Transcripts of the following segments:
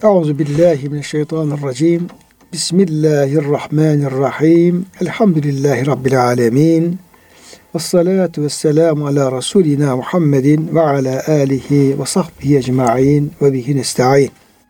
Euzubillahimineşşeytanirracim. Bismillahirrahmanirrahim. Elhamdülillahi Rabbil alemin. Vessalatu vesselamu ala Resulina Muhammedin ve ala alihi ve sahbihi ecma'in ve bihi nesta'in.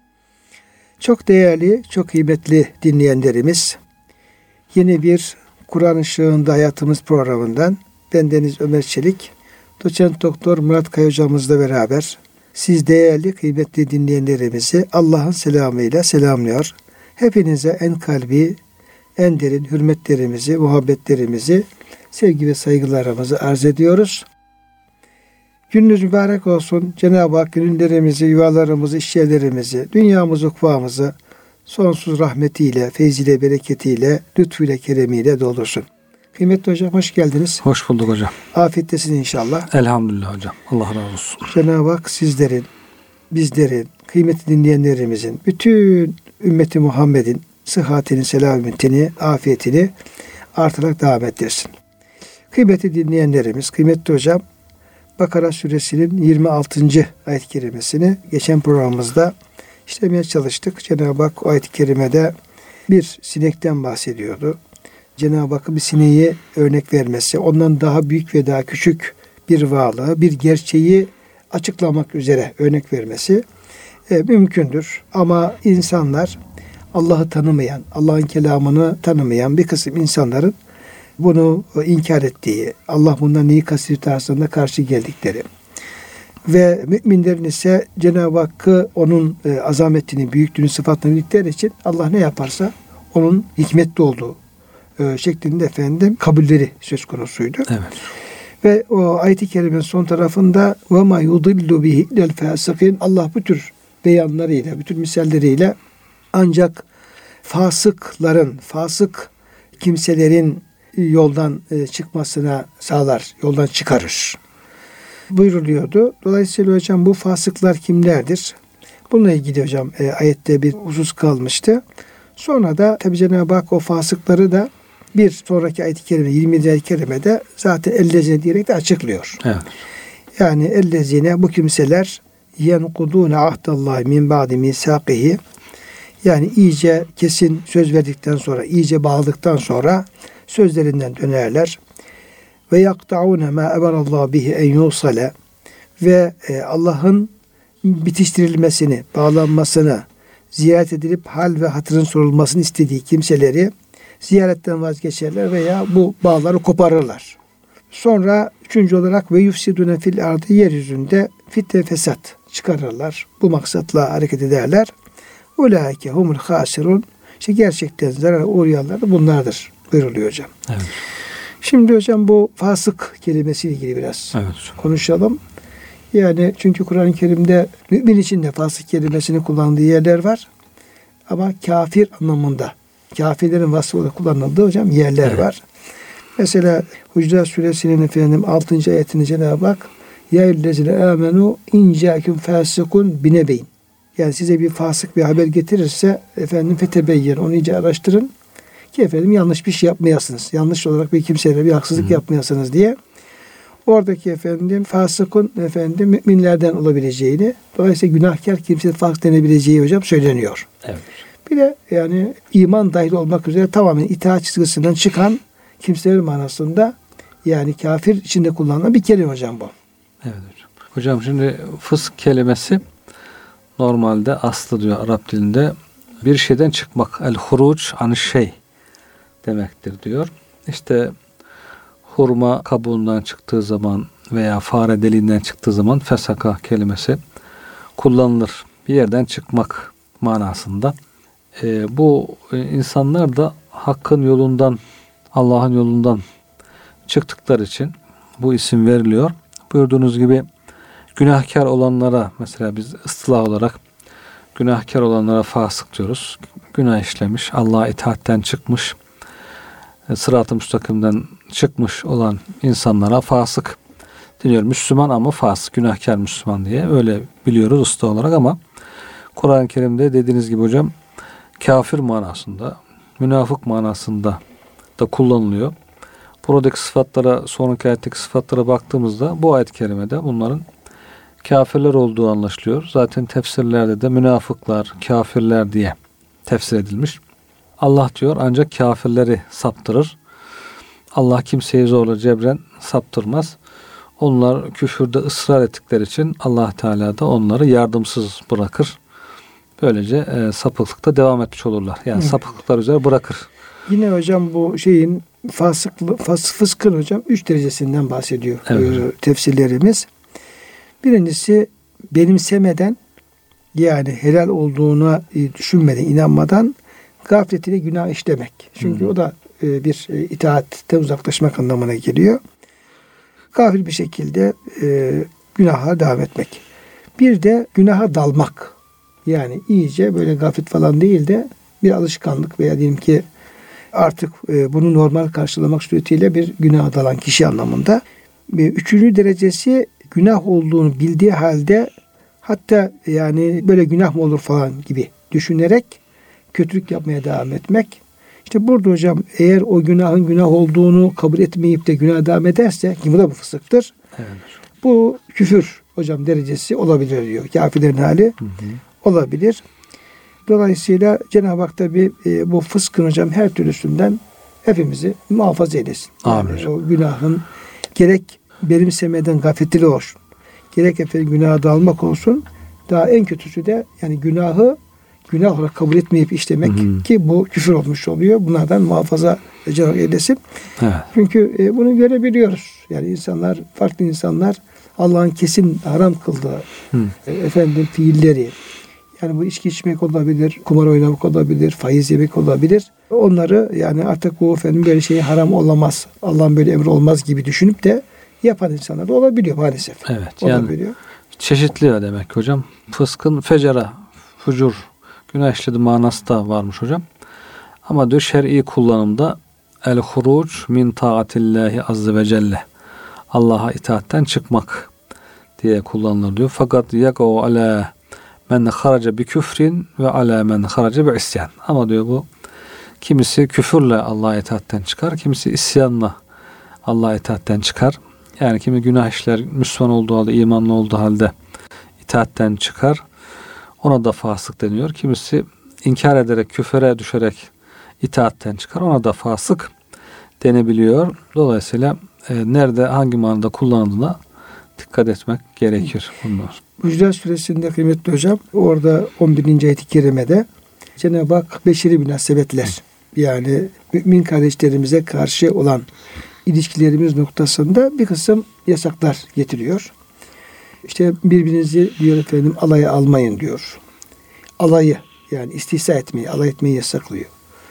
Çok değerli, çok kıymetli dinleyenlerimiz, yeni bir Kur'an Işığında Hayatımız programından bendeniz Ömer Çelik, Doçent Doktor Murat Kaya hocamızla beraber siz değerli, kıymetli dinleyenlerimizi Allah'ın selamıyla selamlıyor. Hepinize en kalbi, en derin hürmetlerimizi, muhabbetlerimizi, sevgi ve saygılarımızı arz ediyoruz. Gününüz mübarek olsun. Cenab-ı Hak günlerimizi, yuvalarımızı, işyerlerimizi, dünyamızı, ukvamızı sonsuz rahmetiyle, feyziyle, bereketiyle, lütfuyla, keremiyle doldursun. Kıymetli hocam, hoş geldiniz. Hoş bulduk hocam. Afiyettesiniz inşallah. Elhamdülillah hocam. Allah razı olsun. Cenab-ı Hak sizlerin, bizlerin, kıymetli dinleyenlerimizin, bütün ümmeti Muhammed'in sıhhatini, selametini, afiyetini artarak devam ettirsin. Kıymetli dinleyenlerimiz, kıymetli hocam, Bakara suresinin 26. ayet-i kerimesini geçen programımızda işlemeye çalıştık. Cenab-ı Hak o ayet-i kerimede bir sinekten bahsediyordu. Cenab-ı Hakk'ın bir sineği örnek vermesi, ondan daha büyük ve daha küçük bir varlığı, bir gerçeği açıklamak üzere örnek vermesi mümkündür. Ama insanlar, Allah'ı tanımayan, Allah'ın kelamını tanımayan bir kısım insanların bunu inkar ettiği, Allah bundan neyi kastediyor tarzında karşı geldikleri ve müminlerin ise Cenab-ı Hakk'ı onun azametini, büyüklüğünü, sıfatını bildikleri için Allah ne yaparsa onun hikmetli olduğu şeklinde kabulleri söz konusuydu. Evet. Ve o ayet-i kerimenin son tarafında وَمَا يُضِلُّ بِهِ اِلَّا الْفَاسِقِينَ Allah bu tür beyanlarıyla, bu tür misalleriyle ancak fasık kimselerin yoldan çıkmasına sağlar, yoldan çıkarır buyruluyordu. Dolayısıyla hocam bu fasıklar kimlerdir? Bununla ilgili hocam ayette bir husus kalmıştı. Sonra da tabi Cenab-ı Hak o fasıkları da bir sonraki ayet-i kerime, 20. ayet-i kerimede zaten ellezine diyerek de açıklıyor. Evet. Yani ellezine bu kimseler yenkudûne ahdallahi min ba'di misâkihi, yani iyice kesin söz verdikten sonra, iyice bağladıktan sonra sözlerinden dönerler. Ve yakta'ûne mâ eberallâhu bihi en yusale, ve Allah'ın bitiştirilmesini, bağlanmasını, ziyaret edilip hal ve hatırın sorulmasını istediği kimseleri ziyaretten vazgeçerler veya bu bağları koparırlar. Sonra üçüncü olarak ve yufsidune fil ardı, yeryüzünde fitne fesat çıkarırlar. Bu maksatla hareket ederler. Ulaike humul hasirun. İşte gerçekten zarar uğrayanlar da bunlardır buyuruluyor hocam. Evet. Şimdi hocam bu fasık kelimesiyle ilgili biraz konuşalım. Yani çünkü Kur'an-ı Kerim'de mümin için de fasık kelimesini kullandığı yerler var. Ama kafir anlamında, kafirlerin vasfı olarak kullanıldığı hocam yerler var. Mesela Hucurat Suresinin 6. ayetini Cenab-ı Hak ya eyyühellezine amenu in câküm fâsikun binebeyn. Yani size bir fasık bir haber getirirse fetebeyyen, onu iyice araştırın ki yanlış bir şey yapmayasınız. Yanlış olarak bir kimseye bir haksızlık yapmayasınız diye. Oradaki fasıkun müminlerden olabileceğini, dolayısıyla günahkar kimseye fasık denebileceği hocam söyleniyor. Evet. Bir de yani iman dahil olmak üzere tamamen itaat çizgisinden çıkan kimseler manasında, yani kafir içinde kullanılan bir kelime hocam bu. Evet hocam. Hocam şimdi fısk kelimesi normalde aslı diyor Arap dilinde bir şeyden çıkmak. El huruc an şey demektir diyor. İşte hurma kabuğundan çıktığı zaman veya fare deliğinden çıktığı zaman fesaka kelimesi kullanılır. Bir yerden çıkmak manasında. Bu insanlar da hakkın yolundan, Allah'ın yolundan çıktıkları için bu isim veriliyor. Buyurduğunuz gibi günahkar olanlara, mesela biz ıstılah olarak günahkar olanlara fasık diyoruz. Günah işlemiş, Allah'a itaatten çıkmış, sırat-ı müstakimden çıkmış olan insanlara fasık deniyor. Müslüman ama fasık, günahkar Müslüman diye öyle biliyoruz usta olarak, ama Kur'an-ı Kerim'de dediğiniz gibi hocam kafir manasında, münafık manasında da kullanılıyor. Buradaki sıfatlara, sonraki ayetteki sıfatlara baktığımızda bu ayet-i kerimede bunların kafirler olduğu anlaşılıyor. Zaten tefsirlerde de münafıklar, kafirler diye tefsir edilmiş. Allah diyor ancak kafirleri saptırır. Allah kimseyi zorla cebren saptırmaz. Onlar küfürde ısrar ettikleri için Allah Teala da onları yardımsız bırakır. Böylece sapıklıkta devam etmiş olurlar. Yani sapıklıklar üzere bırakır. Yine hocam bu şeyin fıskın hocam 3 derecesinden bahsediyor tefsirlerimiz. Birincisi benimsemeden, yani helal olduğuna düşünmeden, inanmadan gafletine günah işlemek. Çünkü o da bir itaatten uzaklaşmak anlamına geliyor. Gafil bir şekilde günaha devam etmek. Bir de günaha dalmak. Yani iyice böyle gaflet falan değil de bir alışkanlık veya diyelim ki artık bunu normal karşılamak suretiyle bir günaha dalan kişi anlamında. Üçüncü derecesi günah olduğunu bildiği halde hatta yani böyle günah mı olur falan gibi düşünerek kötülük yapmaya devam etmek. İşte burada hocam eğer o günahın günah olduğunu kabul etmeyip de günaha devam ederse ki bu da bir fısıktır. Evet. Bu küfür hocam derecesi olabilir diyor. Kafirlerin hali olabilir. Dolayısıyla Cenab-ı Hak tabi bu fıskın hocam her türlüsünden hepimizi muhafaza eylesin. Yani o günahın gerek benimsemeden gafletli olsun, gerek günaha dalmak olsun. Daha en kötüsü de yani günahı günah olarak kabul etmeyip işlemek ki bu küfür olmuş oluyor. Bunlardan muhafaza Cenab-ı Hak eylesin. Evet. Çünkü bunu görebiliyoruz. Yani insanlar, farklı insanlar Allah'ın kesin haram kıldığı fiilleri, yani bu içki içmek olabilir, kumar oynamak olabilir, faiz yemek olabilir. Onları yani artık bu böyle şey haram olamaz, Allah'ın böyle emri olmaz gibi düşünüp de yapan insanlar da olabiliyor maalesef. Evet. Olabiliyor. Yani çeşitli demek hocam. Fıskın fecera, fucur, günah işledi manası da varmış hocam. Ama diyor şer'i kullanımda el huruc min taatillahi azze ve celle. Allah'a itaatten çıkmak diye kullanılır diyor. Fakat yakau ala men haraca bi küfrin ve ala men haraca bi isyan. Ama diyor bu kimisi küfürle Allah'a itaatten çıkar, kimisi isyanla Allah'a itaatten çıkar. Yani kimi günah işler Müslüman olduğu halde, imanlı olduğu halde itaatten çıkar. Ona da fasık deniyor. Kimisi inkar ederek, küfere düşerek itaatten çıkar. Ona da fasık denebiliyor. Dolayısıyla nerede, hangi manada kullanıldığına dikkat etmek gerekir bunlar. Hucurat Suresi'nde kıymetli hocam, orada 11. ayet-i kerimede Cenab-ı Hak beşeri münasebetler, yani mümin kardeşlerimize karşı olan ilişkilerimiz noktasında bir kısım yasaklar getiriyor. İşte birbirinizi diyor alaya almayın diyor. Alayı yani istihza etmeyi, alay etmeyi yasaklıyor.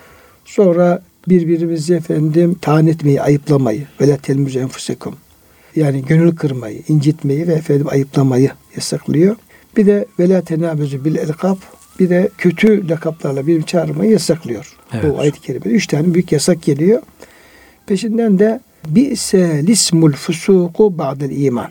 Sonra birbirimizi taan etmeyi, ayıplamayı ve la telmüzü enfusekum. Yani gönül kırmayı, incitmeyi ve ayıplamayı yasaklıyor. Bir de ve la tenabüzü bil elkab, bir de kötü lakaplarla birbirini çağırmayı yasaklıyor. Evet. Bu ayet-i kerimede 3 tane büyük yasak geliyor. Peşinden de bi'se lismul fusuku ba'del iman.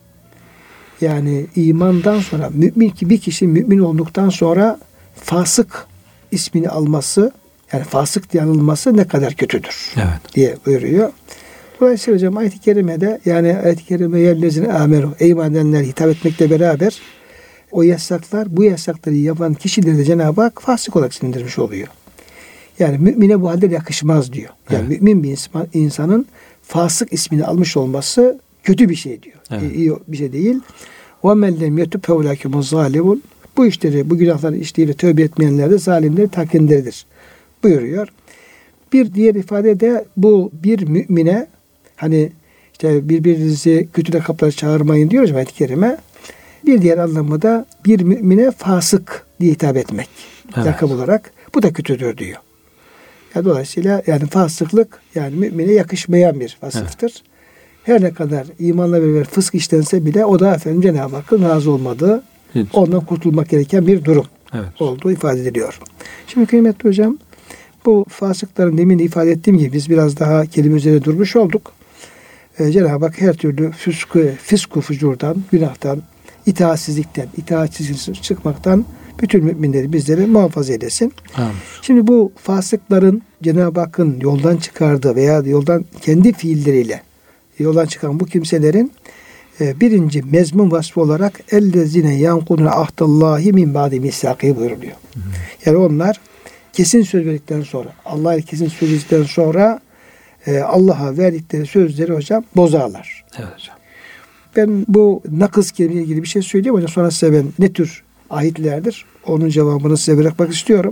Yani imandan sonra mümin ki bir kişi mümin olduktan sonra fasık ismini alması, yani fasık diye anılması ne kadar kötüdür diye buyuruyor. Dolayısıyla hocam ayet-i kerimede, yani ayet-i kerime yerlezine amenu, iman edenler hitap etmekle beraber o yasaklar, bu yasakları yapan kişileri de Cenab-ı Hak fasık olarak sindirmiş oluyor. Yani mümine bu halde yakışmaz diyor. Yani mümin bir insanın fasık ismini almış olması kötü bir şey diyor. Evet. İyi bir şey değil. وَمَنْ لَمْ يَتُبْ فَوْلَاكُمُ الظَّالِمُونَ. Bu işleri, bu günahları işleyip tövbe etmeyenler de zalimleri ta kendileridir buyuruyor. Bir diğer ifade de bu bir mümine, hani işte birbirinizi kötü lakaplara çağırmayın diyoruz ayet-i kerime. Bir diğer anlamı da bir mümine fasık diye hitap etmek. Lakap olarak. Bu da kötüdür diyor. Yani dolayısıyla yani fasıklık yani mümine yakışmayan bir vasıftır. Evet. Her ne kadar imanla beraber fısk işlense bile o da Cenab-ı Hakk'ın razı olmadığı, ondan kurtulmak gereken bir durum olduğu ifade ediliyor. Şimdi kıymetli hocam, bu fasıkların demin de ifade ettiğim gibi biz biraz daha kelime üzerine durmuş olduk. Cenab-ı Hak her türlü fisku fucurdan, günahtan, itaatsizlikten çıkmaktan bütün müminleri, bizleri muhafaza eylesin. Amin. Şimdi bu fasıkların Cenab-ı Hakk'ın yoldan çıkardığı veya yoldan kendi fiilleriyle yoldan çıkan bu kimselerin birinci mezmun vasfı olarak ellezine yankudune ahdallahi min ba'di misaki buyuruluyor. Yani onlar kesin söz verdikten sonra, Allah'a kesin söz verdikten sonra Allah'a verdikleri sözleri hocam bozarlar. Evet hocam. Ben bu nakız kelimesiyle ilgili bir şey söyleyeyim hocam. Sonra size ben ne tür ayetlerdir onun cevabını size bırakmak istiyorum.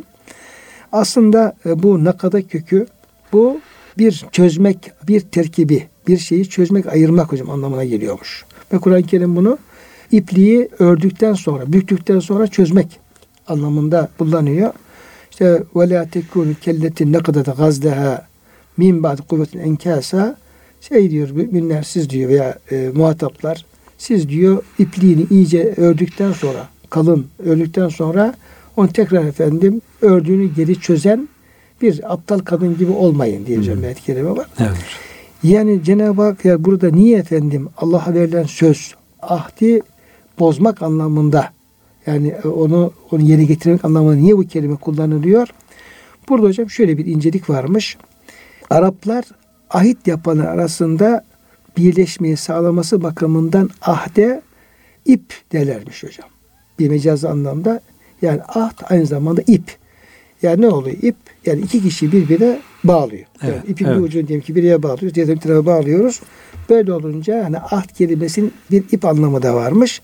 Aslında bu nakada kökü bu bir çözmek, bir terkibi, bir şeyi çözmek, ayırmak hocam anlamına geliyormuş. Ve Kur'an-ı Kerim bunu ipliği ördükten sonra, büktükten sonra çözmek anlamında kullanıyor. İşte ve la tekunu kelletin nekadete gazleha min ba'd kuvvetin enkasa diyor müminler siz diyor veya muhataplar siz diyor ipliğini iyice ördükten sonra kalın ördükten sonra onu tekrar efendim ördüğünü geri çözen bir aptal kadın gibi olmayın diyeceğim ayet-i kerime var. Evet. Yani Cenab-ı Hak ya burada niye efendim Allah'a verilen söz ahdi bozmak anlamında yani onu yerine getirmek anlamında niye bu kelime kullanılıyor? Burada hocam şöyle bir incelik varmış. Araplar ahit yapanlar arasında birleşmeyi sağlaması bakımından ahde ip derlermiş hocam. Bir mecazi anlamda yani ahd aynı zamanda ip. Yani ne oluyor? İp yani iki kişi birbirine bağlıyor. Evet, yani ipin bir ucunu diyelim ki biriye bağlıyoruz, diğer bir tarafa bağlıyoruz. Böyle olunca yani ahd kelimesinin bir ip anlamı da varmış.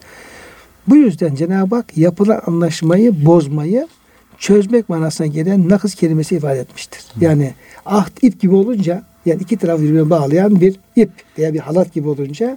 Bu yüzden Cenab-ı Hak yapılan anlaşmayı bozmayı çözmek manasına gelen nakız kelimesi ifade etmiştir. Yani ahd ip gibi olunca yani iki tarafı birbirine bağlayan bir ip veya bir halat gibi olunca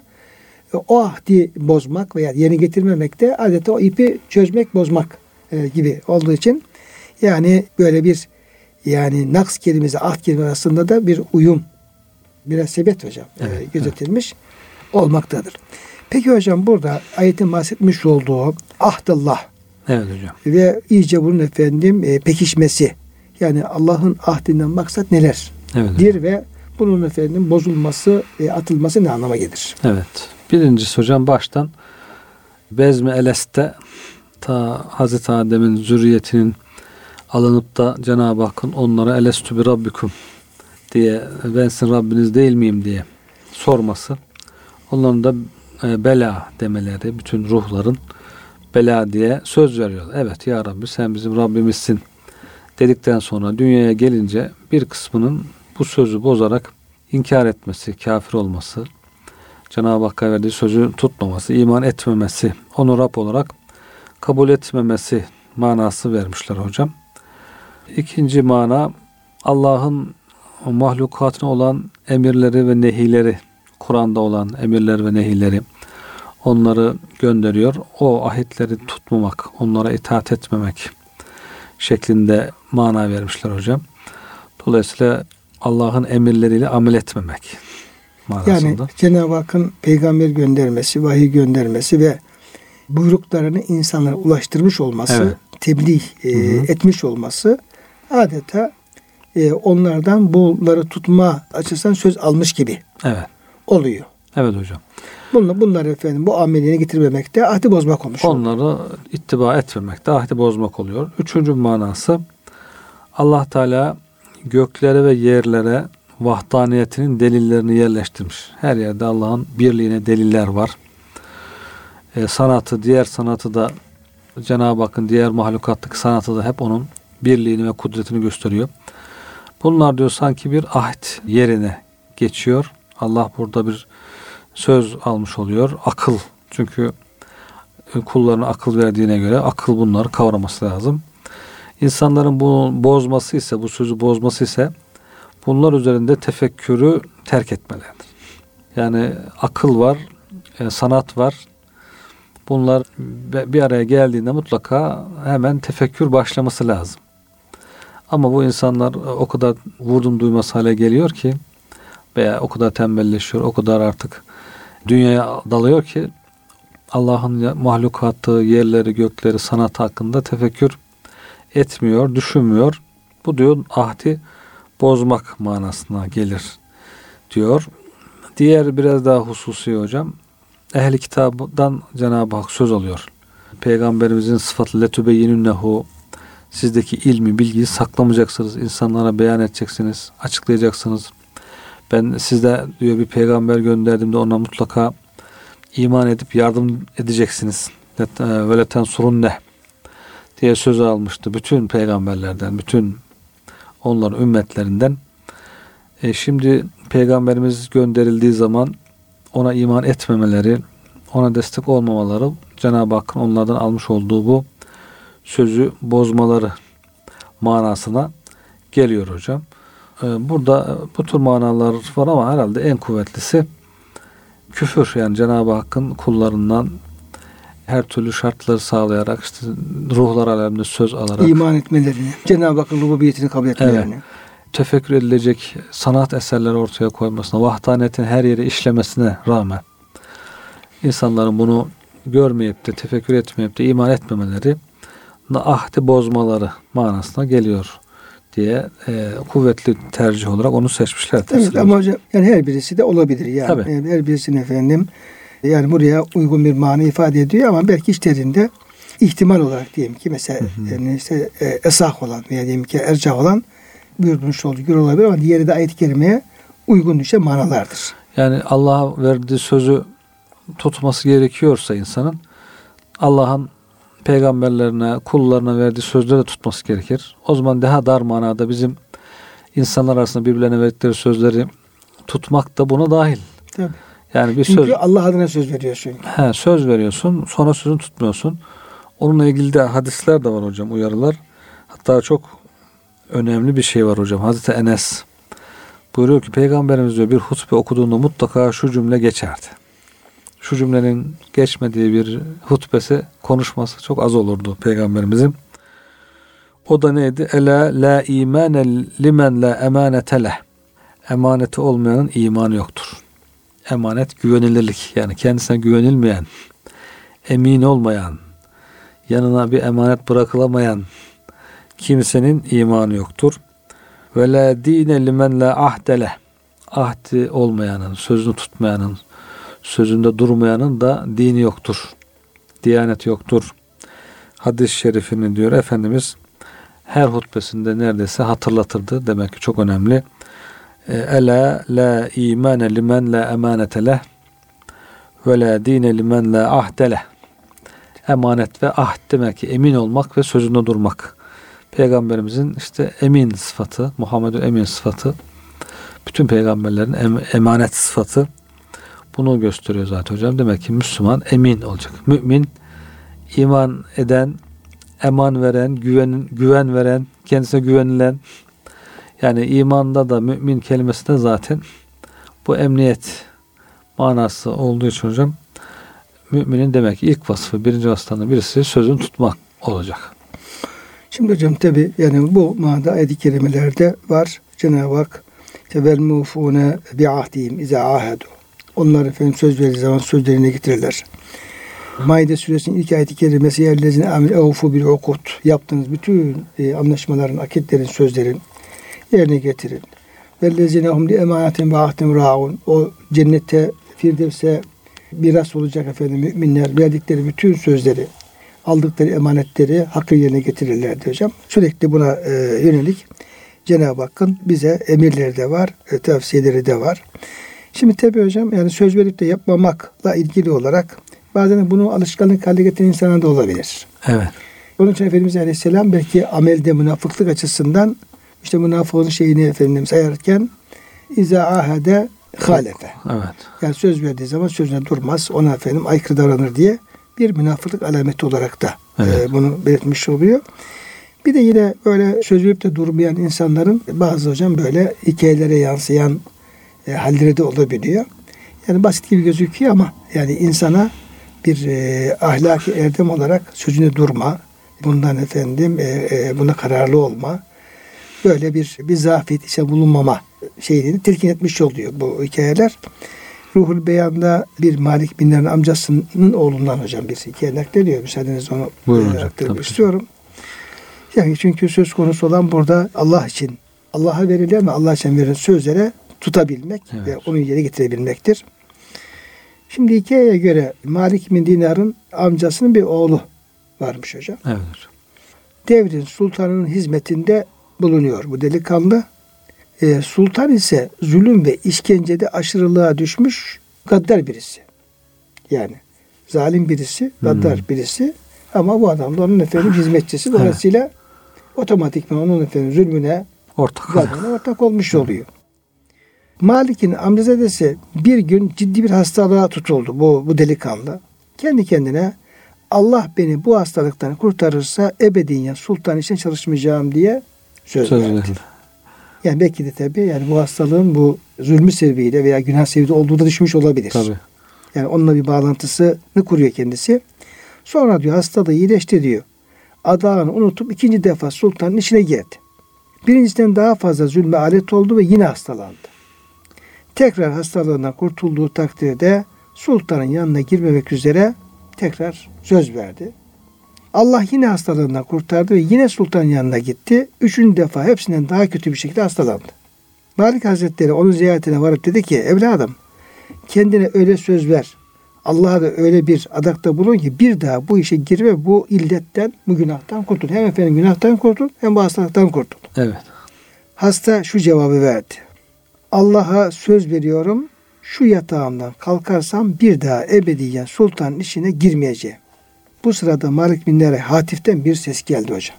o ahdi bozmak veya yerine getirmemek de adeta o ipi çözmek, bozmak gibi olduğu için yani böyle bir yani naks kelimesi, ahd kelimesi arasında da bir uyum, biraz sebet hocam gözetilmiş olmaktadır. Peki hocam burada ayetin bahsetmiş olduğu ahdallah evet hocam. Ve iyice bunun efendim pekişmesi yani Allah'ın ahdinden maksat neler? Evet. Dir ve bunun efendim bozulması ve atılması ne anlama gelir? Evet. Birincisi hocam baştan Bezmi Eles'te ta Hazreti Adem'in zürriyetinin alınıp da Cenab-ı Hakk'ın onlara elestü bi rabbikum diye ben sizin Rabbiniz değil miyim diye sorması. Onların da bela demeleri, bütün ruhların bela diye söz veriyor. Evet ya Rabbi sen bizim Rabbimizsin dedikten sonra dünyaya gelince bir kısmının bu sözü bozarak inkar etmesi, kafir olması, Cenab-ı Hakk'a verdiği sözü tutmaması, iman etmemesi, onu Rab olarak kabul etmemesi manası vermişler hocam. İkinci mana Allah'ın mahlukatına olan emirleri ve nehileri, Kur'an'da olan emirler ve nehileri onları gönderiyor. O ahitleri tutmamak, onlara itaat etmemek şeklinde mana vermişler hocam. Dolayısıyla Allah'ın emirleriyle amel etmemek manasında. Yani Cenab-ı Hakk'ın peygamber göndermesi, vahiy göndermesi ve buyruklarını insanlara ulaştırmış olması, evet. tebliğ etmiş olması adeta onlardan bunları tutma açısından söz almış gibi oluyor. Evet hocam. Bunları efendim bu ameliyene getirmemek de ahdi bozmak olmuş. Onları ittiba etmemek de ahdi bozmak oluyor. Üçüncü manası Allah Teala göklere ve yerlere vahdaniyetinin delillerini yerleştirmiş. Her yerde Allah'ın birliğine deliller var. Sanatı, diğer sanatı da Cenab-ı Hakk'ın diğer mahlukattaki sanatı da hep onun birliğini ve kudretini gösteriyor. Bunlar diyor sanki bir ahd yerine geçiyor. Allah burada bir söz almış oluyor. Akıl. Çünkü kullarına akıl verdiğine göre akıl bunları kavraması lazım. İnsanların bunu bozması ise, bu sözü bozması ise bunlar üzerinde tefekkürü terk etmeleridir. Yani akıl var, sanat var. Bunlar bir araya geldiğinde mutlaka hemen tefekkür başlaması lazım. Ama bu insanlar o kadar vurdum duymaz hale geliyor ki veya o kadar tembelleşiyor, o kadar artık dünyaya dalıyor ki Allah'ın mahlukatı, yerleri, gökleri, sanat hakkında tefekkür etmiyor, düşünmüyor. Bu diyor ahdi bozmak manasına gelir diyor. Diğer biraz daha hususi hocam. Ehli kitabdan Cenab-ı Hak söz alıyor. Peygamberimizin sıfatı letübeyyinünnehu, sizdeki ilmi, bilgiyi saklamayacaksınız. İnsanlara beyan edeceksiniz, açıklayacaksınız. Ben sizde diyor bir peygamber gönderdiğimde ona mutlaka iman edip yardım edeceksiniz. Ve letensurunne diye söz almıştı bütün peygamberlerden, bütün onların ümmetlerinden. Şimdi peygamberimiz gönderildiği zaman ona iman etmemeleri, ona destek olmamaları, Cenab-ı Hakk'ın onlardan almış olduğu bu sözü bozmaları manasına geliyor hocam. Burada bu tür manalar var ama herhalde en kuvvetlisi küfür. Yani Cenab-ı Hakk'ın kullarından her türlü şartları sağlayarak, işte ruhlar aleminde söz alarak iman etmelerini, Cenab-ı Hakk'ın rububiyetini kabul etmelerini. Evet, tefekkür edilecek sanat eserleri ortaya koymasına, vahdaniyetin her yere işlemesine rağmen insanların bunu görmeyip de, tefekkür etmeyip de iman etmemeleri, ahdi bozmaları manasına geliyor diye kuvvetli tercih olarak onu seçmişler. Evet, ama hocam yani her birisi de olabilir yani. Tabii. Her birisinin efendim yani buraya uygun bir mana ifade ediyor ama belki içlerinde ihtimal olarak diyelim ki mesela yani işte esah olan veya diyelim ki ercah olan buyurmuş olduğu göre olabilir ama diğeri de ayet-i kerimeye uygun düşen manalardır. Yani Allah'a verdiği sözü tutması gerekiyorsa insanın, Allah'ın peygamberlerine, kullarına verdiği sözleri de tutması gerekir. O zaman daha dar manada bizim insanlar arasında birbirlerine verdikleri sözleri tutmak da buna dahil. Tabii. Yani çünkü Allah adına söz veriyorsun. Söz veriyorsun, sonra sözünü tutmuyorsun. Onunla ilgili de hadisler de var hocam, uyarılar. Hatta çok önemli bir şey var hocam. Hazreti Enes buyuruyor ki Peygamberimiz diyor bir hutbe okuduğunda mutlaka şu cümle geçerdi. Şu cümlenin geçmediği bir hutbesi, konuşması çok az olurdu Peygamberimizin. O da neydi? Ela la imane limen la emanete leh. Emaneti olmayanın imanı yoktur. Emanet güvenilirlik. Yani kendisine güvenilmeyen, emin olmayan, yanına bir emanet bırakılamayan kimsenin imanı yoktur. Ve la dine limen la ahde leh. Ahdi olmayanın, sözünü tutmayanın, sözünde durmayanın da dini yoktur. Diyaneti yoktur. Hadis-i şerifini diyor Efendimiz her hutbesinde neredeyse hatırlatırdı. Demek ki çok önemli. Ela la imane limen la emanete leh ve la dine limen la ahde leh. Emanet ve ahd demek ki emin olmak ve sözünde durmak. Peygamberimizin işte emin sıfatı, Muhammed'in emin sıfatı, bütün peygamberlerin emanet sıfatı bunu gösteriyor zaten hocam. Demek ki Müslüman emin olacak. Mümin, iman eden, eman veren, güven veren, kendisine güvenilen, yani imanda da mümin kelimesinde zaten bu emniyet manası olduğu için hocam müminin demek ki ilk vasfı, birinci vasıflarından birisi sözünü tutmak olacak. Şimdi hocam tabi yani bu manada ayet-i kerimelerde var. Cenab-ı Hak vel mufune bi ahdihim iza ahedu. Onlar efendim söz verdiği zaman sözlerine getirirler. Maide suresinin ilk ayet-i kerimesi yerlezine amil evfu bil ukut. Yaptığınız bütün anlaşmaların, akitlerin, sözlerin yerine getirin. Vellezine hum li emanetin ve ahdim raun. O cennette, Firdevs'e miras olacak efendim müminler verdikleri bütün sözleri, aldıkları emanetleri hakkı yerine getirirlerdi hocam. Sürekli buna yönelik Cenab-ı Hakk'ın bize emirleri de var, tavsiyeleri de var. Şimdi tabii hocam yani söz verip de yapmamakla ilgili olarak bazen bunu alışkanlık haline getiren insana da olabilir. Evet. Onun için Efendimiz Aleyhisselam belki amelde münafıklık açısından işte münafığın şeyini Efendimiz sayarken İza ahade halefe. Evet. Yani söz verdiği zaman sözüne durmaz. Ona efendim aykırı davranır diye bir münafıklık alameti olarak da bunu belirtmiş oluyor. Bir de yine böyle söz verip de durmayan insanların bazı hocam böyle hikayelere yansıyan halleri de olabiliyor. Yani basit gibi gözüküyor ama yani insana bir ahlaki erdem olarak sözüne durma, bundan efendim buna kararlı olma, böyle bir zafiyet işe bulunmama şeyini telkin etmiş oluyor bu hikayeler. Ruhul Beyan'da bir Malik bin Ner'in amcasının oğlundan hocam bir hikaye naklediyor. Müsaadenizle onu aktarmak istiyorum. Yani çünkü söz konusu olan burada Allah için, Allah'a verilen ve Allah için verilen sözlere tutabilmek ve onu yere getirebilmektir. Şimdi hikayeye göre Malik bin Dinar'ın amcasının bir oğlu varmış hocam. Evet. Devrin sultanının hizmetinde bulunuyor bu delikanlı. Sultan ise zulüm ve işkencede aşırılığa düşmüş gaddar birisi. Yani zalim birisi, gaddar birisi ama bu adam da onun efendim hizmetçisi. Dolayısıyla otomatikman onun efendim zulmüne, ortak olmuş oluyor. Malik'in amcazadesi bir gün ciddi bir hastalığa tutuldu bu delikanlı. Kendi kendine Allah beni bu hastalıktan kurtarırsa ebediyen sultan için çalışmayacağım diye söz verdi. Yani belki de tabii yani bu hastalığın bu zulmü sebebiyle veya günah sebebiyle olduğu da düşmüş olabilir. Tabii. Yani onunla bir bağlantısını kuruyor kendisi. Sonra diyor hastalığı iyileşti diyor. Adağını unutup ikinci defa sultanın içine girdi. Birincisinden daha fazla zulme alet oldu ve yine hastalandı. Tekrar hastalığından kurtulduğu takdirde sultanın yanına girmemek üzere tekrar söz verdi. Allah yine hastalığından kurtardı ve yine sultanın yanına gitti. Üçüncü defa hepsinden daha kötü bir şekilde hastalandı. Malik Hazretleri onun ziyaretine varıp dedi ki evladım kendine öyle söz ver. Allah'a da öyle bir adakta bulun ki bir daha bu işe girme, bu illetten, bu günahtan kurtul. Hem efendim günahtan kurtul hem bu hastalıktan kurtul. Evet. Hasta şu cevabı verdi. Allah'a söz veriyorum şu yatağımdan kalkarsam bir daha ebediyen sultanın işine girmeyeceğim. Bu sırada Malik bin Nere Hatif'ten bir ses geldi hocam.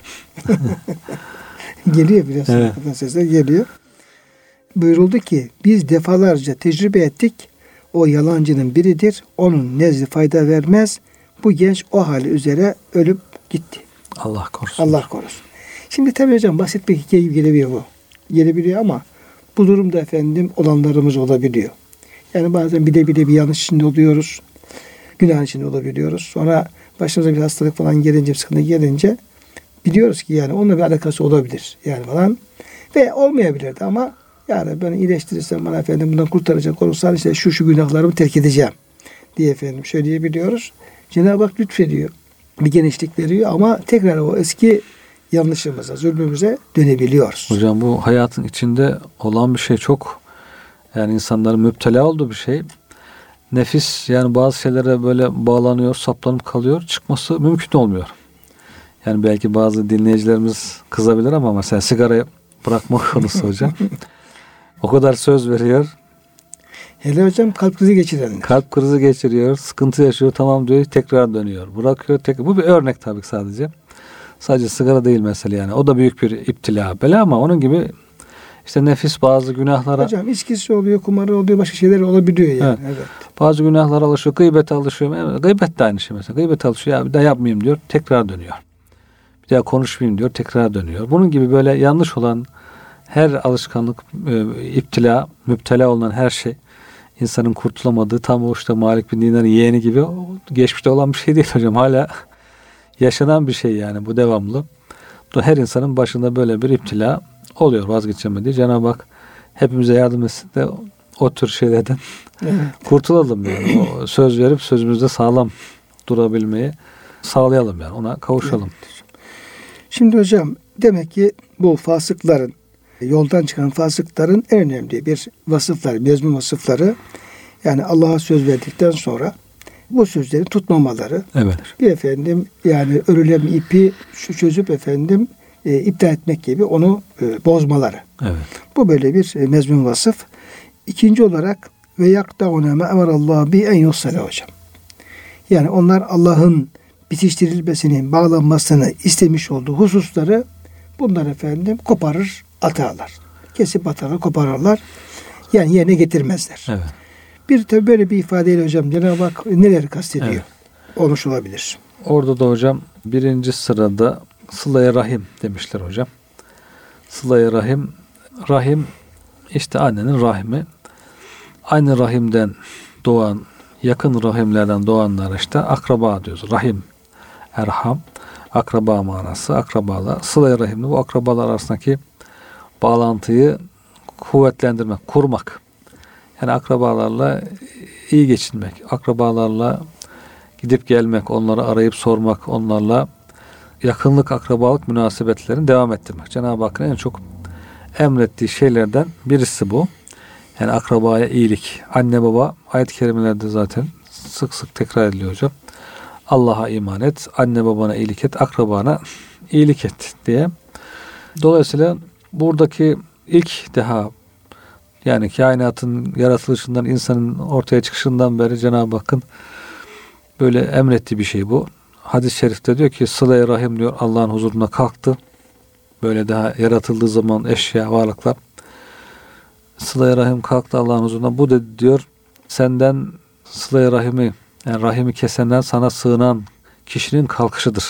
Geliyor biliyorsunuz. Evet. Sesler geliyor. Buyuruldu ki biz defalarca tecrübe ettik. O yalancının biridir. Onun nezli fayda vermez. Bu genç o hali üzere ölüp gitti. Allah korusun. Allah korusun. Şimdi tabii hocam basit bir hikaye gibi gelebiliyor bu. Gelebiliyor ama bu durumda efendim olanlarımız olabiliyor. Yani bazen bile bir yanlış içinde oluyoruz. Günah içinde olabiliyoruz. Sonra başımıza bir hastalık falan gelince, bir sıkıntı gelince biliyoruz ki yani onunla bir alakası olabilir. Yani falan. Ve olmayabilirdi ama yani beni iyileştirirsen bana efendim bundan kurtaracak olursan işte şu günahlarımı terk edeceğim diye efendim söyleyebiliyoruz. Cenab-ı Hak lütfediyor. Bir genişlik veriyor ama tekrar o eski yanlışımıza, zulmümüze dönebiliyoruz. Hocam bu hayatın içinde olan bir şey çok. Yani insanların müptela olduğu bir şey. Nefis yani bazı şeylere böyle bağlanıyor, saplanıp kalıyor. Çıkması mümkün olmuyor. Yani belki bazı dinleyicilerimiz kızabilir ama mesela sigarayı bırakma konusu hocam. O kadar söz veriyor. Hele hocam kalp krizi geçirenler. Kalp krizi geçiriyor, sıkıntı yaşıyor, tamam diyor, tekrar dönüyor. Bırakıyor, tekrar. Bu bir örnek tabii sadece. Sadece sigara değil mesela yani. O da büyük bir iptila, bela ama onun gibi işte nefis bazı günahlara... Hocam içkisi oluyor, kumarı oluyor, başka şeyler olabiliyor yani. Evet. Bazı günahlara alışıyor, gıybete alışıyor. Evet, gıybet de aynı şey mesela. Gıybete alışıyor, ya bir daha yapmayayım diyor, tekrar dönüyor. Bir daha konuşmayayım diyor, tekrar dönüyor. Bunun gibi böyle yanlış olan her alışkanlık, iptila, müptela olan her şey insanın kurtulamadığı tam o işte Malik bin Dinar'ın yeğeni gibi geçmişte olan bir şey değil hocam. Hala yaşanan bir şey yani bu devamlı. Her insanın başında böyle bir iptila oluyor vazgeçemediği. Cenab-ı Hak hepimize yardım etsin de o tür şeylerden kurtulalım yani. O söz verip sözümüzde sağlam durabilmeyi sağlayalım yani. Ona kavuşalım. Evet. Şimdi hocam demek ki bu fasıkların, yoldan çıkan fasıkların en önemli bir vasıfları, mezmun vasıfları yani Allah'a söz verdikten sonra bu sözleri tutmamaları. Evet. Bir efendim yani örülen ipi çözüp efendim iptal etmek gibi onu bozmaları. Evet. Bu böyle bir mezmun vasıf. İkinci olarak ve yaktauna ma emarallahu bi en yussala hocam. Yani onlar Allah'ın bitiştirilmesini, bağlanmasını istemiş olduğu hususları bunlar efendim koparır, atarlar. Kesip atarlar, koparırlar. Yani yerine getirmezler. Evet. Bir tabi böyle bir ifadeyle hocam Cenab-ı Hak neleri kastediyor? Evet. Olmuş olabilir. Orada da hocam birinci sırada sıla-i rahim demişler hocam. Sıla-i rahim, rahim işte annenin rahimi. Aynı rahimden doğan, yakın rahimlerden doğanlar işte akraba diyoruz. Rahim, erham, akraba manası, akrabalar. Sıla-i rahimle bu akrabalar arasındaki bağlantıyı kuvvetlendirmek, kurmak. Yani akrabalarla iyi geçinmek, akrabalarla gidip gelmek, onları arayıp sormak, onlarla yakınlık, akrabalık münasebetlerini devam ettirmek. Cenab-ı Hakk'ın en çok emrettiği şeylerden birisi bu. Yani akrabaya iyilik. Anne baba ayet-i kerimelerde zaten sık sık tekrar ediliyor hocam. Allah'a iman et, anne babana iyilik et, akrabana iyilik et diye. Dolayısıyla buradaki ilk deha yani kainatın yaratılışından, insanın ortaya çıkışından beri Cenab-ı Hakk'ın böyle emrettiği bir şey bu. Hadis-i şerifte diyor ki sıla-i rahim diyor Allah'ın huzuruna kalktı. Böyle daha yaratıldığı zaman eşya, varlıklar. Sıla-i rahim kalktı Allah'ın huzuruna. Bu da diyor senden sıla-i rahimi, yani rahimi kesenden sana sığınan kişinin kalkışıdır.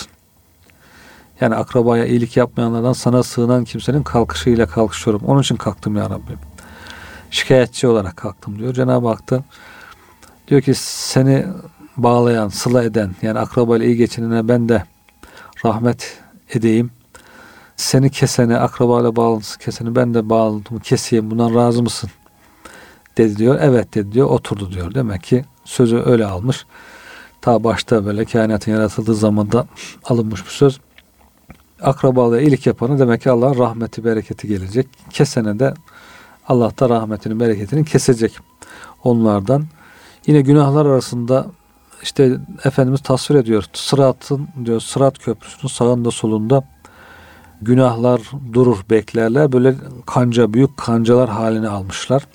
Yani akrabaya iyilik yapmayanlardan sana sığınan kimsenin kalkışıyla kalkışıyorum. Onun için kalktım ya Rabbi. Şikayetçi olarak kalktım diyor. Cenab-ı Hak da diyor ki seni bağlayan, sıla eden, yani akrabayla iyi geçinene ben de rahmet edeyim. Seni kesene, akrabayla bağlantısı kesene ben de bağlantımı keseyim. Bundan razı mısın? Dedi diyor. Evet dedi diyor. Oturdu diyor. Demek ki sözü öyle almış. Ta başta böyle kainatın yaratıldığı zamanda alınmış bu söz. Akrabalığa iyilik yapanı demek ki Allah'ın rahmeti, bereketi gelecek. Kesene de Allah da rahmetini, bereketini kesecek onlardan. Yine günahlar arasında işte Efendimiz tasvir ediyor. Sırat'ın diyor, Sırat köprüsünün sağında solunda günahlar durur, beklerler. Böyle kanca, büyük kancalar halini almışlar.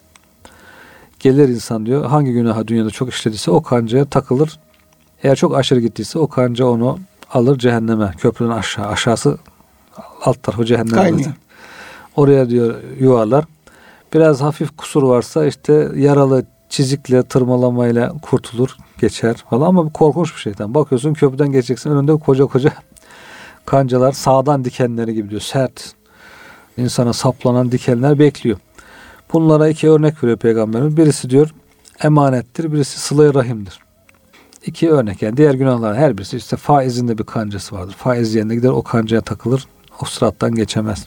Gelir insan diyor, hangi günaha dünyada çok işlediyse o kancaya takılır. Eğer çok aşırı gittiyse o kanca onu alır cehenneme, köprünün aşağısı alt tarafı cehennem. Oraya diyor yuvarlar. Biraz hafif kusur varsa işte yaralı çizikle, tırmalamayla kurtulur, geçer falan, ama bu korkunç bir şeyden. Bakıyorsun köprüden geçeceksin, önünde koca koca kancalar, sağdan dikenleri gibi diyor, sert, insana saplanan dikenler bekliyor. Bunlara iki örnek veriyor Peygamberimiz. Birisi diyor emanettir, birisi sıla-i rahimdir. İki örnek, yani diğer günahlar her birisi işte faizin de bir kancası vardır. Faiz yerine gider o kancaya takılır, o sırattan geçemez.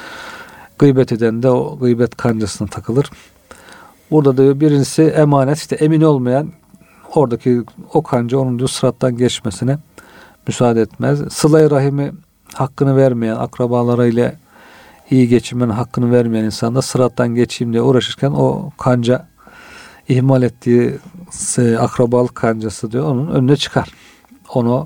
Gıybet eden de o gıybet kancasına takılır. Burada diyor birincisi emanet, işte emin olmayan, oradaki o kanca onun diyor sırattan geçmesine müsaade etmez. Sıla-i rahimi hakkını vermeyen, akrabalarıyla iyi geçinmenin hakkını vermeyen insan da sırattan geçeyim diye uğraşırken o kanca, ihmal ettiği akrabalık kancası diyor onun önüne çıkar. Onu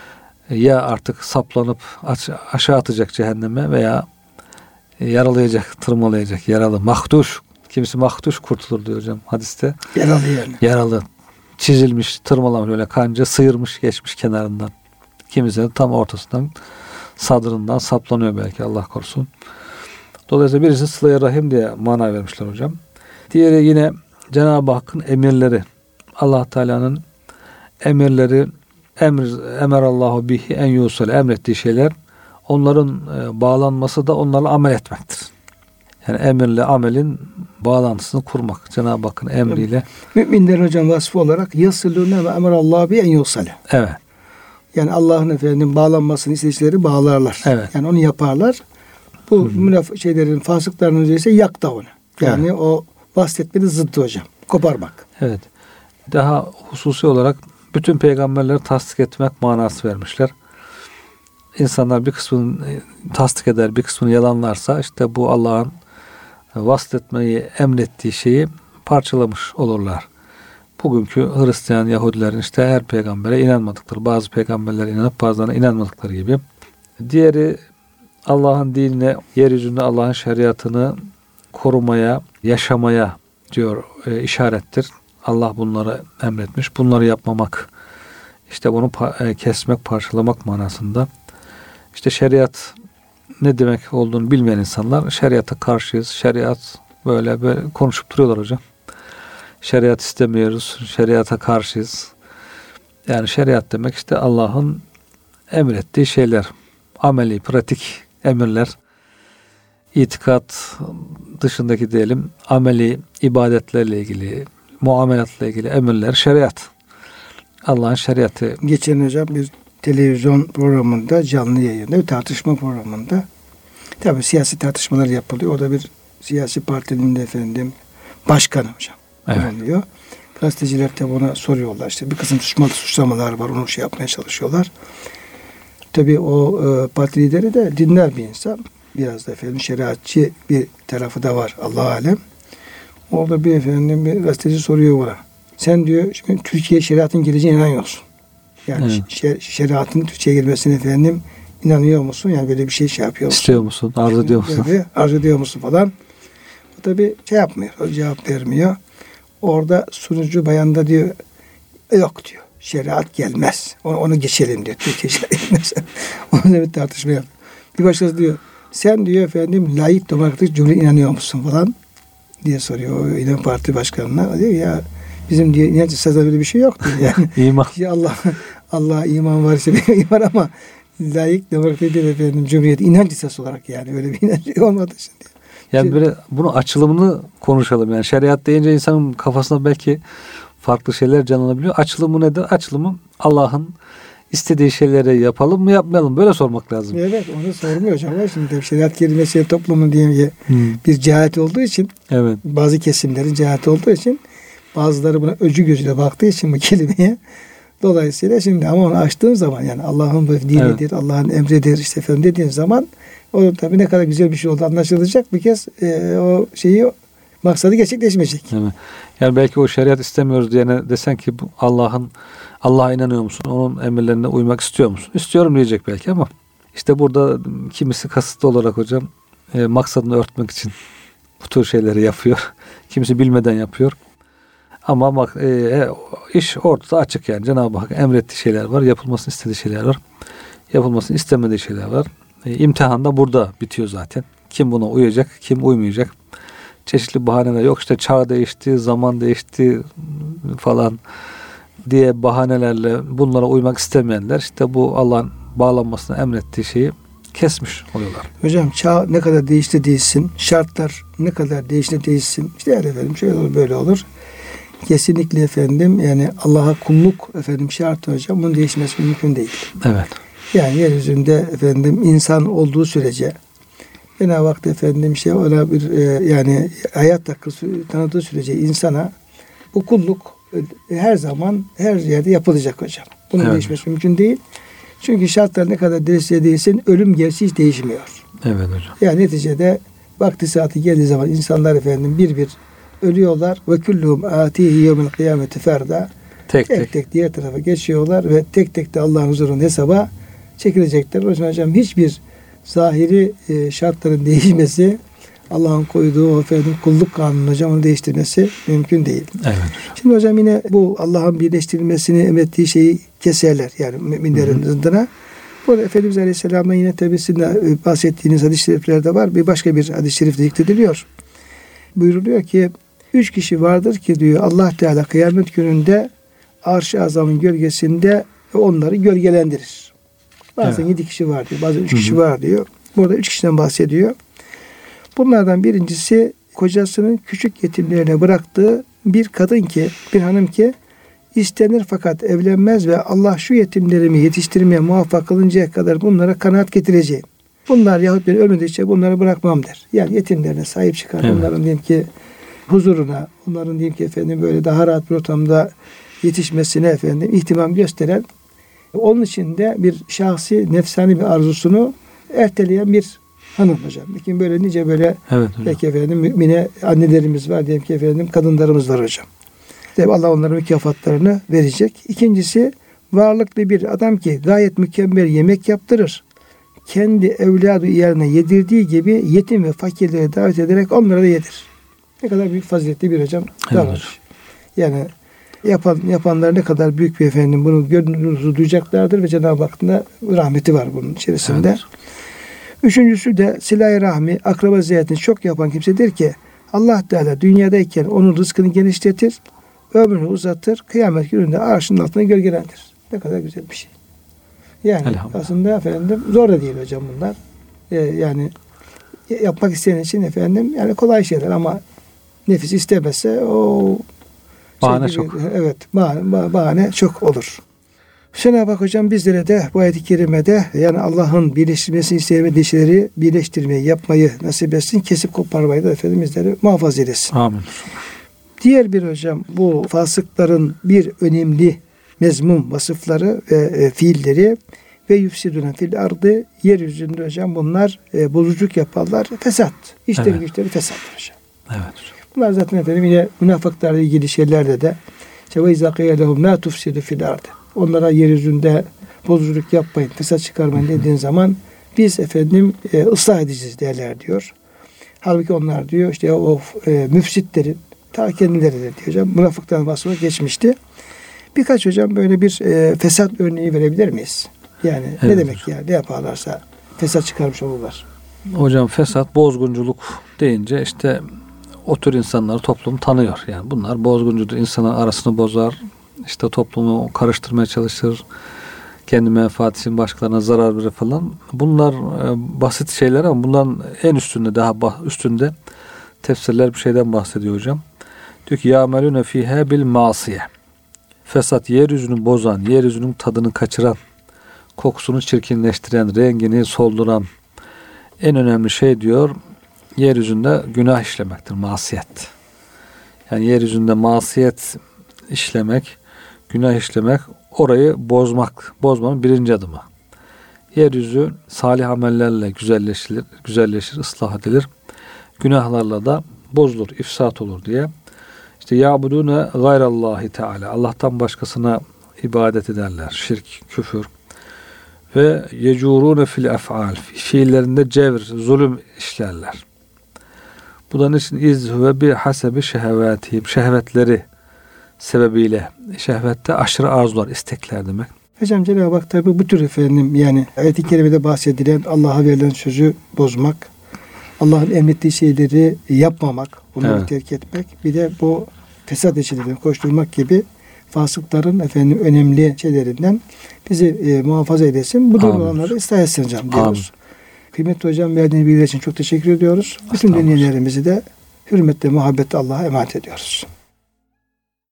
ya artık saplanıp aşağı atacak cehenneme veya yaralayacak, tırmalayacak, yaralı, mahduş. Kimisi mahduş kurtulur diyor hocam hadiste. Yaralı yani. Yaralı, çizilmiş, tırmalamış, öyle kanca sıyırmış, geçmiş kenarından. Kimisi de tam ortasından, sadrından saplanıyor belki, Allah korusun. Dolayısıyla birisi sıla-i rahim diye mana vermişler hocam. Diğeri yine Cenab-ı Hakk'ın emirleri. Allah Teala'nın emirleri, emerallahu bihi en yusal, emrettiği şeyler, onların bağlanması da onlarla amel etmektir. Yani emirle amelin bağlantısını kurmak. Cenab-ı Hakk'ın emriyle. Müminlerin hocam vasfı olarak yasılûne ve emerallahu bihi en yusale. Evet. Yani Allah'ın efendim bağlanmasını istedikleri bağlarlar. Evet. Yani onu yaparlar. Bu fasıkların üzerine yak da onu. Yani evet, o vasfetmenin zıddı hocam. Koparmak. Evet. Daha hususi olarak bütün peygamberleri tasdik etmek manası vermişler. İnsanlar bir kısmını tasdik eder, bir kısmını yalanlarsa işte bu Allah'ın vasfetmeyi emrettiği şeyi parçalamış olurlar. Bugünkü Hristiyan, Yahudilerin işte her peygambere inanmadıkları, bazı peygamberlere inanıp bazılarına inanmadıkları gibi. Diğeri Allah'ın dinine, yeryüzünde Allah'ın şeriatını korumaya, yaşamaya diyor işarettir. Allah bunları emretmiş. Bunları yapmamak, işte bunu kesmek, parçalamak manasında. İşte şeriat ne demek olduğunu bilmeyen insanlar şeriata karşıyız. Şeriat böyle konuşup duruyorlar hocam. Şeriat istemiyoruz, şeriata karşıyız. Yani şeriat demek işte Allah'ın emrettiği şeyler, ameli, pratik emirler, itikat dışındaki diyelim ameli ibadetlerle ilgili, muamelatla ilgili emirler, şeriat. Allah'ın şeriatı. Geçen hocam bir televizyon programında, canlı yayında, bir tartışma programında, tabii siyasi tartışmalar yapılıyor. O da bir siyasi partinin de efendim başkanı hocam. Evet. Oluyor. Gazeteciler de buna soruyorlar. İşte bir kısım suçlamalar var. Onu yapmaya çalışıyorlar. Tabii o parti lideri de dinler bir insan. Biraz da efendim şeriatçı bir tarafı da var. Allah alem. Orada bir efendim bir gazeteci soruyor buna. Sen diyor şimdi Türkiye şeriatın geleceğine inanıyorsun. Yani şeriatın Türkiye'ye girmesine efendim inanıyor musun? Yani böyle bir şey yapıyor musun? İstiyor musun? Arzu ediyor musun? Arzu ediyor musun falan. O tabii yapmıyor. O cevap vermiyor. Orada sunucu bayan da diyor yok diyor. şeriat gelmez. Onu geçelim diyor. Türkiye şeriat. Onunla bir tartışma yapıyor. Bir başkası diyor, sen diyor efendim layık demokratik cumhuriyete inanıyor musun falan diye soruyor o İYİ Parti başkanına. Diyor ya bizim diyor inanç esasında böyle bir şey yok diyor yani. İman. Ya Allah iman var ise benim iman ama layık demokratik bir efendim cumhuriyet inanç esası olarak yani öyle bir inanç olmadığı için diyor. Yani böyle bunun açılımını konuşalım. Yani şeriat deyince insanın kafasında belki farklı şeyler canlanabiliyor. Açılımı nedir? Açılımı Allah'ın istediği şeyleri yapalım mı yapmayalım mı? Böyle sormak lazım. Evet onu sormuyor hocam. Şimdi şeriat kelimesi toplumun diye bir cehalet olduğu için evet. bazı kesimlerin cehaleti olduğu için bazıları buna öcü gözüyle baktığı için bu kelimeye dolayısıyla şimdi ama onu açtığın zaman yani Allah'ın dinidir, evet. Allah'ın emridir işte efendim dediğin zaman o tabii ne kadar güzel bir şey oldu anlaşılacak bir kez o şeyi maksadı gerçekleşmeyecek. Evet. Yani belki o şeriat istemiyoruz diyene desen ki Allah'a inanıyor musun? Onun emirlerine uymak istiyor musun? İstiyorum diyecek belki ama işte burada kimisi kasıtlı olarak hocam maksadını örtmek için bu tür şeyleri yapıyor. Kimisi bilmeden yapıyor. Ama bak iş ortada açık yani. Cenab-ı Hak emrettiği şeyler var. Yapılmasını istediği şeyler var. Yapılmasını istemediği şeyler var. İmtihan da burada bitiyor zaten. Kim buna uyacak, kim uymayacak. Çeşitli bahaneler yok. İşte çağ değişti, zaman değişti falan diye bahanelerle bunlara uymak istemeyenler işte bu Allah'ın bağlanmasını emrettiği şeyi kesmiş oluyorlar. Hocam çağ ne kadar değişti değilsin, şartlar ne kadar değişti değilsin. İşte yani efendim şöyle olur böyle olur. Kesinlikle efendim yani Allah'a kulluk efendim şart hocam bunun değişmesi mümkün değil. Evet. Yani yeryüzünde efendim insan olduğu sürece Cenab-ı Hak efendim ona bir yani hayat hakkı tanıdığı sürece insana bu kulluk her zaman her yerde yapılacak hocam. Bunun evet. Değişmesi mümkün değil. Çünkü şartlar ne kadar değişse değilsin ölüm gerçi hiç değişmiyor. Evet hocam. Yani neticede vakti saati geldiği zaman insanlar efendim bir ölüyorlar ve kulluhum atihi yevmel kıyameti ferda. Tek diğer tarafa geçiyorlar ve tek de Allah'ın huzurunda hesaba çekilecekler. O yüzden hocam hiçbir zahiri şartların değişmesi Allah'ın koyduğu efendim kulluk kanunu hocam onu değiştirmesi mümkün değil. Evet. Şimdi hocam yine bu Allah'ın birleştirilmesini emrettiği şeyi keserler yani müminlerin zıddına. Bu Efendimiz Aleyhisselam'dan yine tabi sizin de bahsettiğiniz hadis-i şeriflerde var. Bir başka bir hadis-i şerifte zikrediliyor. Buyuruluyor ki 3 kişi vardır ki diyor Allah Teala kıyamet gününde Arş-ı Azam'ın gölgesinde onları gölgelendirir. Bazen evet. 7 kişi var diyor. Bazen 3 kişi var diyor. Burada 3 kişiden bahsediyor. Bunlardan birincisi kocasının küçük yetimlerine bıraktığı bir kadın ki, bir hanım ki istenir fakat evlenmez ve Allah şu yetimlerimi yetiştirmeye muvaffak kılıncaya kadar bunlara kanaat getireceğim. Bunlar yahut ben ölmedikçe bunları bırakmam der. Yani yetimlerine sahip çıkar. Evet. Onların diyelim ki huzuruna, onların diyelim ki efendim böyle daha rahat bir ortamda yetişmesine efendim ihtimam gösteren, onun için de bir şahsi nefsani bir arzusunu erteleyen bir hanım hocam. Lakin böyle nice böyle evet, belki efendim mümine annelerimiz var diyelim ki efendim kadınlarımız var hocam. Tabi Allah onların mükafatlarını verecek. İkincisi varlıklı bir adam ki gayet mükemmel yemek yaptırır. Kendi evladı yerine yedirdiği gibi yetim ve fakirleri davet ederek onlara da yedir. Ne kadar büyük faziletli bir hocam davranış. Yani yapanlar ne kadar büyük bir efendim bunu gönlünüzü duyacaklardır ve Cenab-ı Hakk'ın da rahmeti var bunun içerisinde. Evet. Üçüncüsü de silah-ı rahmi, akraba ziyaretini çok yapan kimsedir ki Allah Teala dünyadayken onun rızkını genişletir, ömrünü uzatır, kıyamet gününde arşının altına gölgelendirir. Ne kadar güzel bir şey. Yani aslında efendim zor da değil hocam bunlar. Yani yapmak isteyen için efendim yani kolay şeyler ama nefis istemezse o bahane çok. Evet, bahane çok olur. Cenab-ı Hak hocam bizlere de bu ayet-i kerimede yani Allah'ın birleştirmesini istemediği şeyleri birleştirmeyi, yapmayı nasip etsin. Kesip koparmayı da efendim bizleri muhafaza edesin. Amin. Diğer bir hocam bu fasıkların bir önemli mezmum vasıfları ve fiilleri ve yufsidune fil ardı yeryüzünde hocam bunlar bozuculuk yaparlar. Fesat. İşleri evet. Güçleri fesat hocam. Evet hocam. Bunlar zaten efendim yine münafıklarla ilgili şeylerde de ve izâ qîle lehum lâ tufsidu fil ardı. Onlara yeryüzünde bozuculuk yapmayın, fesat çıkarmayın dediğin zaman biz efendim ıslah edeceğiz derler diyor. Halbuki onlar diyor işte o müfsitlerin ta kendileri de diyor hocam münafıkların vasfı geçmişti. Birkaç hocam böyle bir fesat örneği verebilir miyiz? Yani ne Evet demek ya? Ne yaparlarsa fesat çıkarmış olurlar. Hocam fesat, bozgunculuk deyince işte o tür insanları toplum tanıyor. Yani bunlar bozguncudur. İnsanın arasını bozar. İşte toplumu karıştırmaya çalışır. Kendi menfaat için başkalarına zarar verir falan. Bunlar basit şeyler ama bunların en üstünde, daha üstünde tefsirler bir şeyden bahsediyor hocam. Diyor ki ya'melune fiha bil masiye. Fesat, yeryüzünü bozan, yeryüzünün tadını kaçıran, kokusunu çirkinleştiren, rengini solduran en önemli şey diyor, yeryüzünde günah işlemektir, masiyet. Yani yeryüzünde masiyet işlemek, günah işlemek, orayı bozmanın birinci adımı. Yeryüzü salih amellerle güzelleşir, ıslah edilir. Günahlarla da bozulur, ifsat olur diye. İşte ya'budune gayrallahi teala. Allah'tan başkasına ibadet ederler. Şirk, küfür. Ve yecurune fil ef'al. Fiillerinde cevr, zulüm işlerler. Bu da niçin izhüve bi hasebi şehvetihim. Şehvetleri sebebiyle. Şehvette aşırı arzular, istekler demek. Hocam Cenab-ı Hak tabi bu tür efendim yani ayet-i kerimede bahsedilen Allah'a verilen sözü bozmak, Allah'ın emrettiği şeyleri yapmamak, bunları terk etmek, bir de bu fesat içinde koşturmak gibi fasıkların efendim önemli şeylerinden bizi muhafaza eylesin. Bu durumda onları ıslah etsin hocam diyoruz. Kıymetli hocam verdiğiniz bilgiler için çok teşekkür ediyoruz. Bütün dinleyenlerimizi de hürmetle, muhabbetle Allah'a emanet ediyoruz.